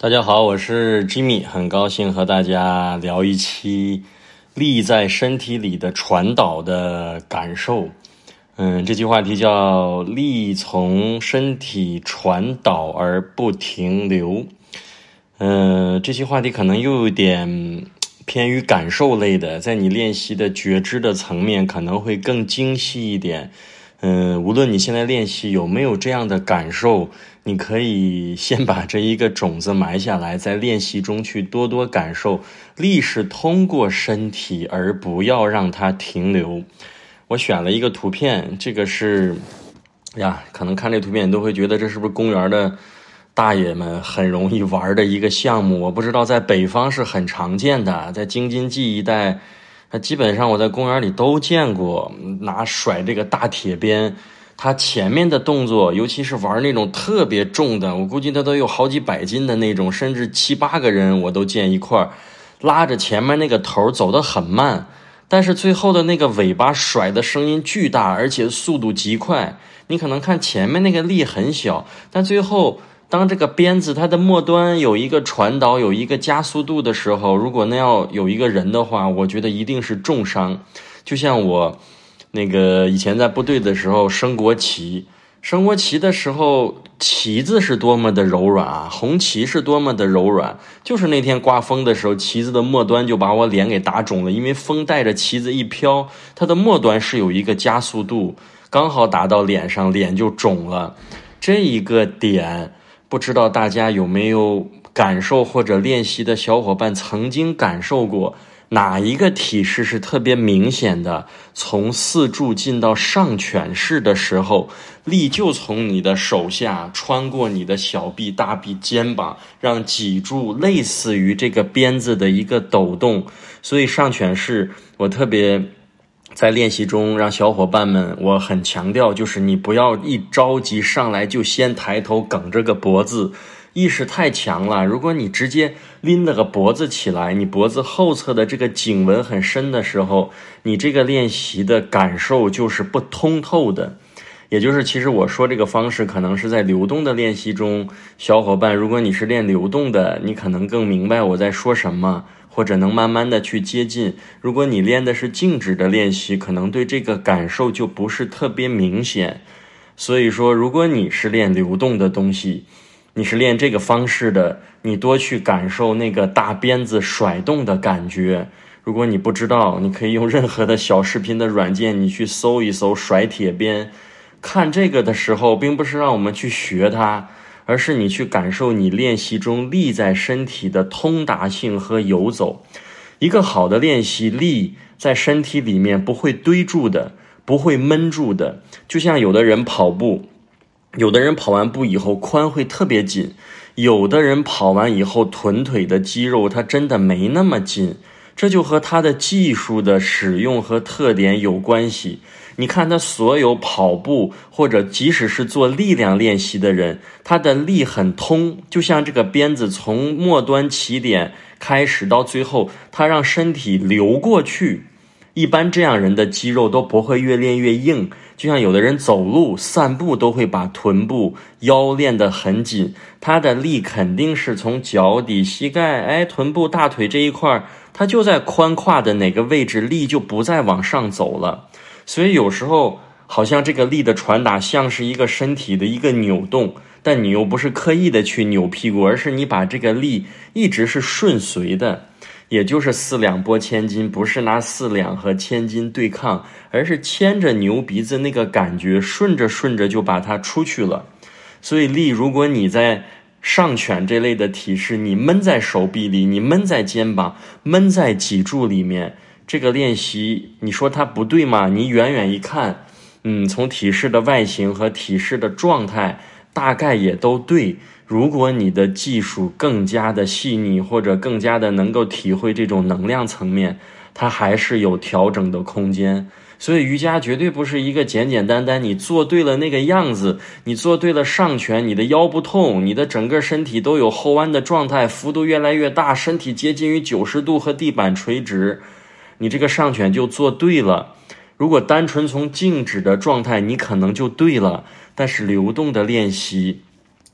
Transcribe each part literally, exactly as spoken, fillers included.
大家好，我是 Jimmy， 很高兴和大家聊一期力在身体里的传导的感受。嗯，这期话题叫力从身体传导而不停留。嗯，这期话题可能又有点偏于感受类的，在你练习的觉知的层面可能会更精细一点。嗯，无论你现在练习有没有这样的感受，你可以先把这一个种子埋下来，在练习中去多多感受。力是通过身体，而不要让它停留。我选了一个图片，这个是呀，可能看这图片你都会觉得这是不是公园的大爷们很容易玩的一个项目。我不知道在北方是很常见的，在京津冀一带那基本上我在公园里都见过，拿甩这个大铁鞭，他前面的动作，尤其是玩那种特别重的，我估计他都有好几百斤的那种，甚至七八个人我都见一块拉着前面那个头走得很慢，但是最后的那个尾巴甩的声音巨大，而且速度极快。你可能看前面那个力很小，但最后当这个鞭子它的末端有一个传导，有一个加速度的时候，如果那要有一个人的话，我觉得一定是重伤。就像我那个以前在部队的时候升国旗，升国旗的时候旗子是多么的柔软啊，红旗是多么的柔软，就是那天刮风的时候，旗子的末端就把我脸给打肿了，因为风带着旗子一飘，它的末端是有一个加速度，刚好打到脸上，脸就肿了。这一个点不知道大家有没有感受，或者练习的小伙伴曾经感受过哪一个体式是特别明显的？从四柱进到上犬式的时候，力就从你的手下穿过你的小臂、大臂、肩膀，让脊柱类似于这个鞭子的一个抖动。所以上犬式我特别在练习中让小伙伴们，我很强调，就是你不要一着急上来就先抬头梗着个脖子，意识太强了。如果你直接拎了个脖子起来，你脖子后侧的这个颈纹很深的时候，你这个练习的感受就是不通透的。也就是其实我说这个方式可能是在流动的练习中，小伙伴如果你是练流动的，你可能更明白我在说什么，或者能慢慢的去接近。如果你练的是静止的练习，可能对这个感受就不是特别明显。所以说如果你是练流动的东西，你是练这个方式的，你多去感受那个大鞭子甩动的感觉。如果你不知道，你可以用任何的小视频的软件，你去搜一搜甩铁鞭。看这个的时候并不是让我们去学它，而是你去感受你练习中力在身体的通达性和游走。一个好的练习，力在身体里面不会堆住的，不会闷住的。就像有的人跑步，有的人跑完步以后髋会特别紧，有的人跑完以后臀腿的肌肉它真的没那么紧，这就和他的技术的使用和特点有关系。你看他所有跑步或者即使是做力量练习的人，他的力很通，就像这个鞭子从末端起点开始到最后，他让身体流过去。一般这样人的肌肉都不会越练越硬，就像有的人走路散步都会把臀部腰练得很紧，他的力肯定是从脚底膝盖哎臀部大腿这一块，他就在髋胯的哪个位置，力就不再往上走了。所以有时候好像这个力的传达像是一个身体的一个扭动，但你又不是刻意的去扭屁股，而是你把这个力一直是顺随的，也就是四两拨千斤，不是拿四两和千斤对抗，而是牵着牛鼻子那个感觉，顺着顺着就把它出去了。所以力，如果你在上犬这类的体式，你闷在手臂里，你闷在肩膀，闷在脊柱里面，这个练习你说它不对吗？你远远一看，嗯，从体式的外形和体式的状态大概也都对。如果你的技术更加的细腻，或者更加的能够体会这种能量层面，它还是有调整的空间。所以瑜伽绝对不是一个简简单单你做对了那个样子，你做对了上拳，你的腰不痛，你的整个身体都有后弯的状态，幅度越来越大，身体接近于九十度和地板垂直，你这个上拳就做对了。如果单纯从静止的状态，你可能就对了，但是流动的练习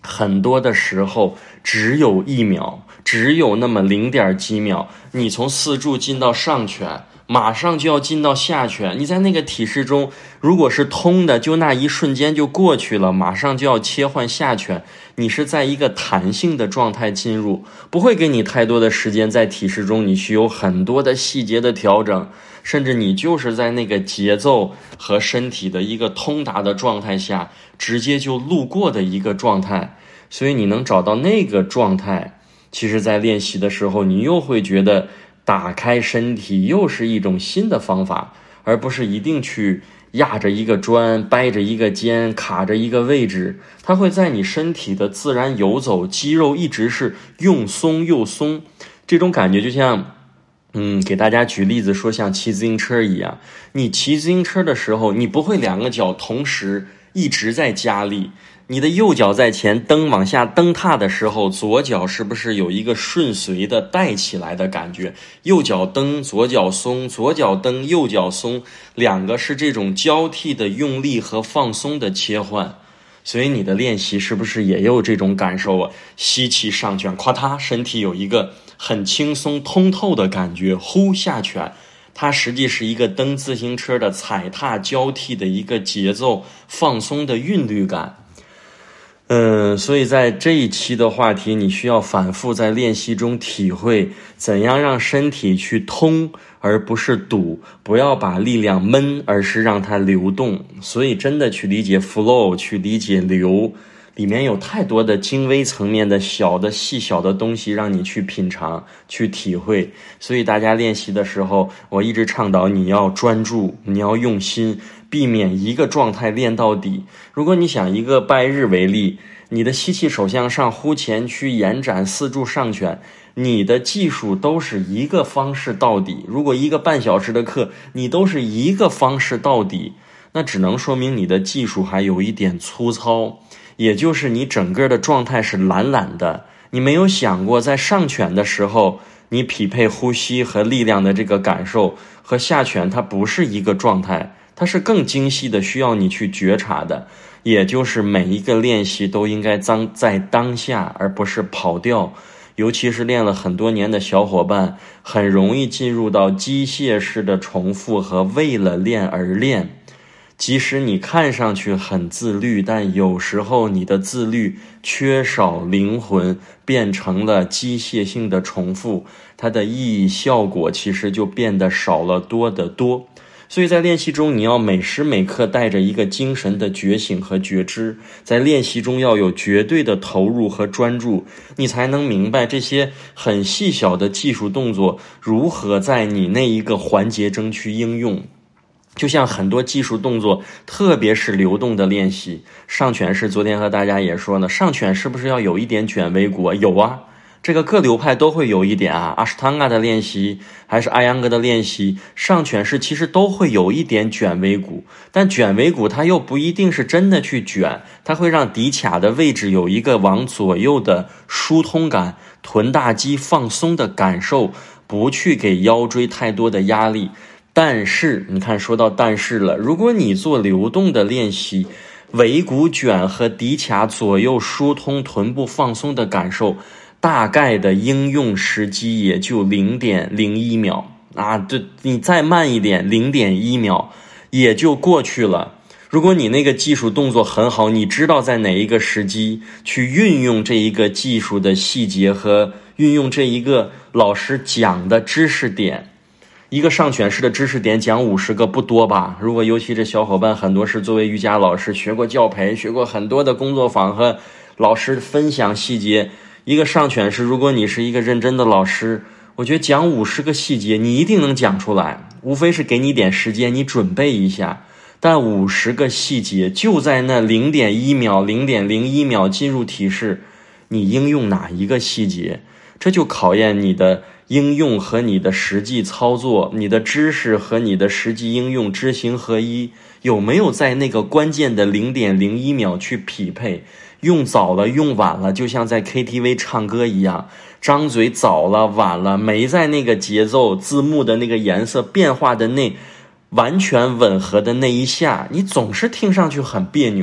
很多的时候只有一秒，只有那么零点几秒，你从四柱进到上拳，马上就要进到下拳，你在那个体式中如果是通的，就那一瞬间就过去了，马上就要切换下拳，你是在一个弹性的状态进入，不会给你太多的时间在体式中你需有很多的细节的调整，甚至你就是在那个节奏和身体的一个通达的状态下直接就路过的一个状态。所以你能找到那个状态，其实在练习的时候你又会觉得打开身体又是一种新的方法，而不是一定去压着一个砖，掰着一个肩，卡着一个位置，它会在你身体的自然游走，肌肉一直是用松又松。这种感觉就像嗯，给大家举例子说像骑自行车一样，你骑自行车的时候，你不会两个脚同时一直在加力，你的右脚在前蹬往下蹬踏的时候，左脚是不是有一个顺随的带起来的感觉？右脚蹬，左脚松，左脚蹬，右脚松，两个是这种交替的用力和放松的切换。所以你的练习是不是也有这种感受啊？吸气上拳，夸嚓，身体有一个很轻松通透的感觉，呼下拳，它实际是一个蹬自行车的踩踏交替的一个节奏，放松的韵律感。嗯，所以在这一期的话题，你需要反复在练习中体会怎样让身体去通，而不是堵，不要把力量闷，而是让它流动。所以真的去理解 flow， 去理解流，里面有太多的精微层面的小的细小的东西让你去品尝去体会。所以大家练习的时候，我一直倡导你要专注，你要用心，避免一个状态练到底。如果你想一个拜日为例，你的吸气手向上，呼前屈延展，四柱上拳，你的技术都是一个方式到底。如果一个半小时的课你都是一个方式到底，那只能说明你的技术还有一点粗糙，也就是你整个的状态是懒懒的。你没有想过在上拳的时候，你匹配呼吸和力量的这个感受和下拳它不是一个状态，它是更精细的，需要你去觉察的。也就是每一个练习都应该在当下，而不是跑调。尤其是练了很多年的小伙伴，很容易进入到机械式的重复和为了练而练。即使你看上去很自律，但有时候你的自律缺少灵魂，变成了机械性的重复，它的意义效果其实就变得少了多得多。所以在练习中，你要每时每刻带着一个精神的觉醒和觉知，在练习中要有绝对的投入和专注，你才能明白这些很细小的技术动作如何在你那一个环节中去应用。就像很多技术动作，特别是流动的练习，上拳式昨天和大家也说呢，上拳是不是要有一点卷尾骨？有啊，这个各流派都会有一点啊，阿什汤嘎的练习还是阿扬格的练习，上拳式其实都会有一点卷尾骨，但卷尾骨它又不一定是真的去卷，它会让骶髂的位置有一个往左右的疏通感，臀大肌放松的感受，不去给腰椎太多的压力。但是你看，说到但是了，如果你做流动的练习，尾骨卷和骶髂左右疏通、臀部放松的感受，大概的应用时机也就零点零一秒啊，对，你再慢一点，零点一秒也就过去了。如果你那个技术动作很好，你知道在哪一个时机去运用这一个技术的细节和运用这一个老师讲的知识点。一个上拳式的知识点讲五十个不多吧，如果尤其这小伙伴很多是作为瑜伽老师，学过教培，学过很多的工作坊和老师分享细节，一个上拳式如果你是一个认真的老师，我觉得讲五十个细节你一定能讲出来，无非是给你点时间你准备一下，但五十个细节就在那零点一秒 零点零一秒进入体式，你应用哪一个细节，这就考验你的应用和你的实际操作，你的知识和你的实际应用知行合一，有没有在那个关键的零点零一秒去匹配。用早了用晚了，就像在 K T V 唱歌一样，张嘴早了晚了，没在那个节奏字幕的那个颜色变化的那完全吻合的那一下，你总是听上去很别扭。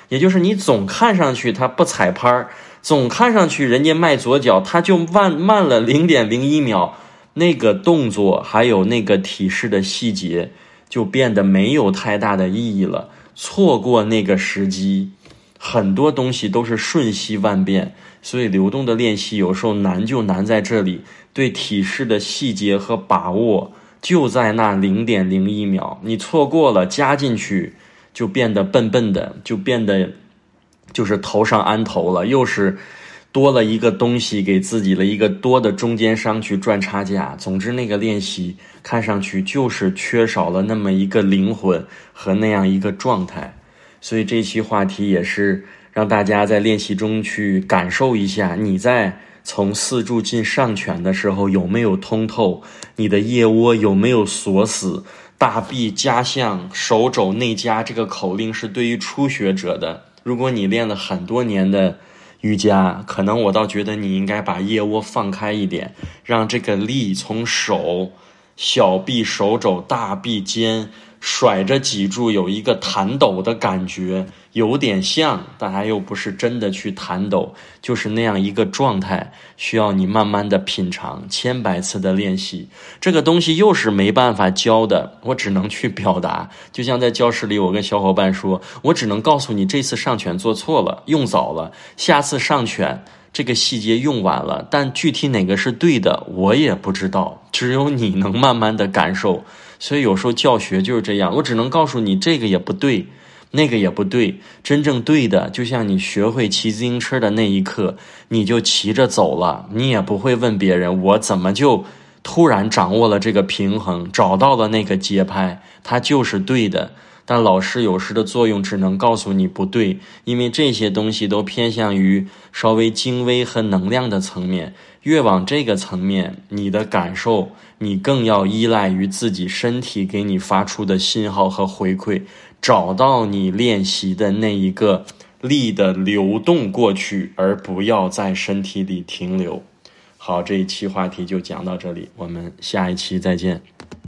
也就是你总看上去它不踩拍，总看上去人家迈左脚它就慢慢了 零点零一秒，那个动作还有那个体式的细节就变得没有太大的意义了，错过那个时机，很多东西都是瞬息万变。所以流动的练习有时候难就难在这里，对体式的细节和把握就在那 零点零一秒，你错过了加进去就变得笨笨的，就变得就是头上安头了，又是多了一个东西，给自己了一个多的中间商去赚差价。总之那个练习看上去就是缺少了那么一个灵魂和那样一个状态。所以这期话题也是让大家在练习中去感受一下，你在从四柱进上拳的时候有没有通透，你的腋窝有没有锁死，大臂夹向手肘内夹，这个口令是对于初学者的。如果你练了很多年的瑜伽，可能我倒觉得你应该把腋窝放开一点，让这个力从手、小臂、手肘、大臂、肩甩着脊柱有一个弹抖的感觉，有点像，但还又不是真的去弹抖，就是那样一个状态，需要你慢慢的品尝，千百次的练习。这个东西又是没办法教的，我只能去表达。就像在教室里我跟小伙伴说，我只能告诉你这次上拳做错了，用早了，下次上拳这个细节用晚了，但具体哪个是对的我也不知道，只有你能慢慢的感受。所以有时候教学就是这样，我只能告诉你这个也不对，那个也不对，真正对的就像你学会骑自行车的那一刻，你就骑着走了，你也不会问别人我怎么就突然掌握了这个平衡，找到了那个节拍，它就是对的。但老师有时的作用只能告诉你不对，因为这些东西都偏向于稍微精微和能量的层面，越往这个层面，你的感受你更要依赖于自己身体给你发出的信号和回馈，找到你练习的那一个力的流动过去，而不要在身体里停留。好，这一期话题就讲到这里，我们下一期再见。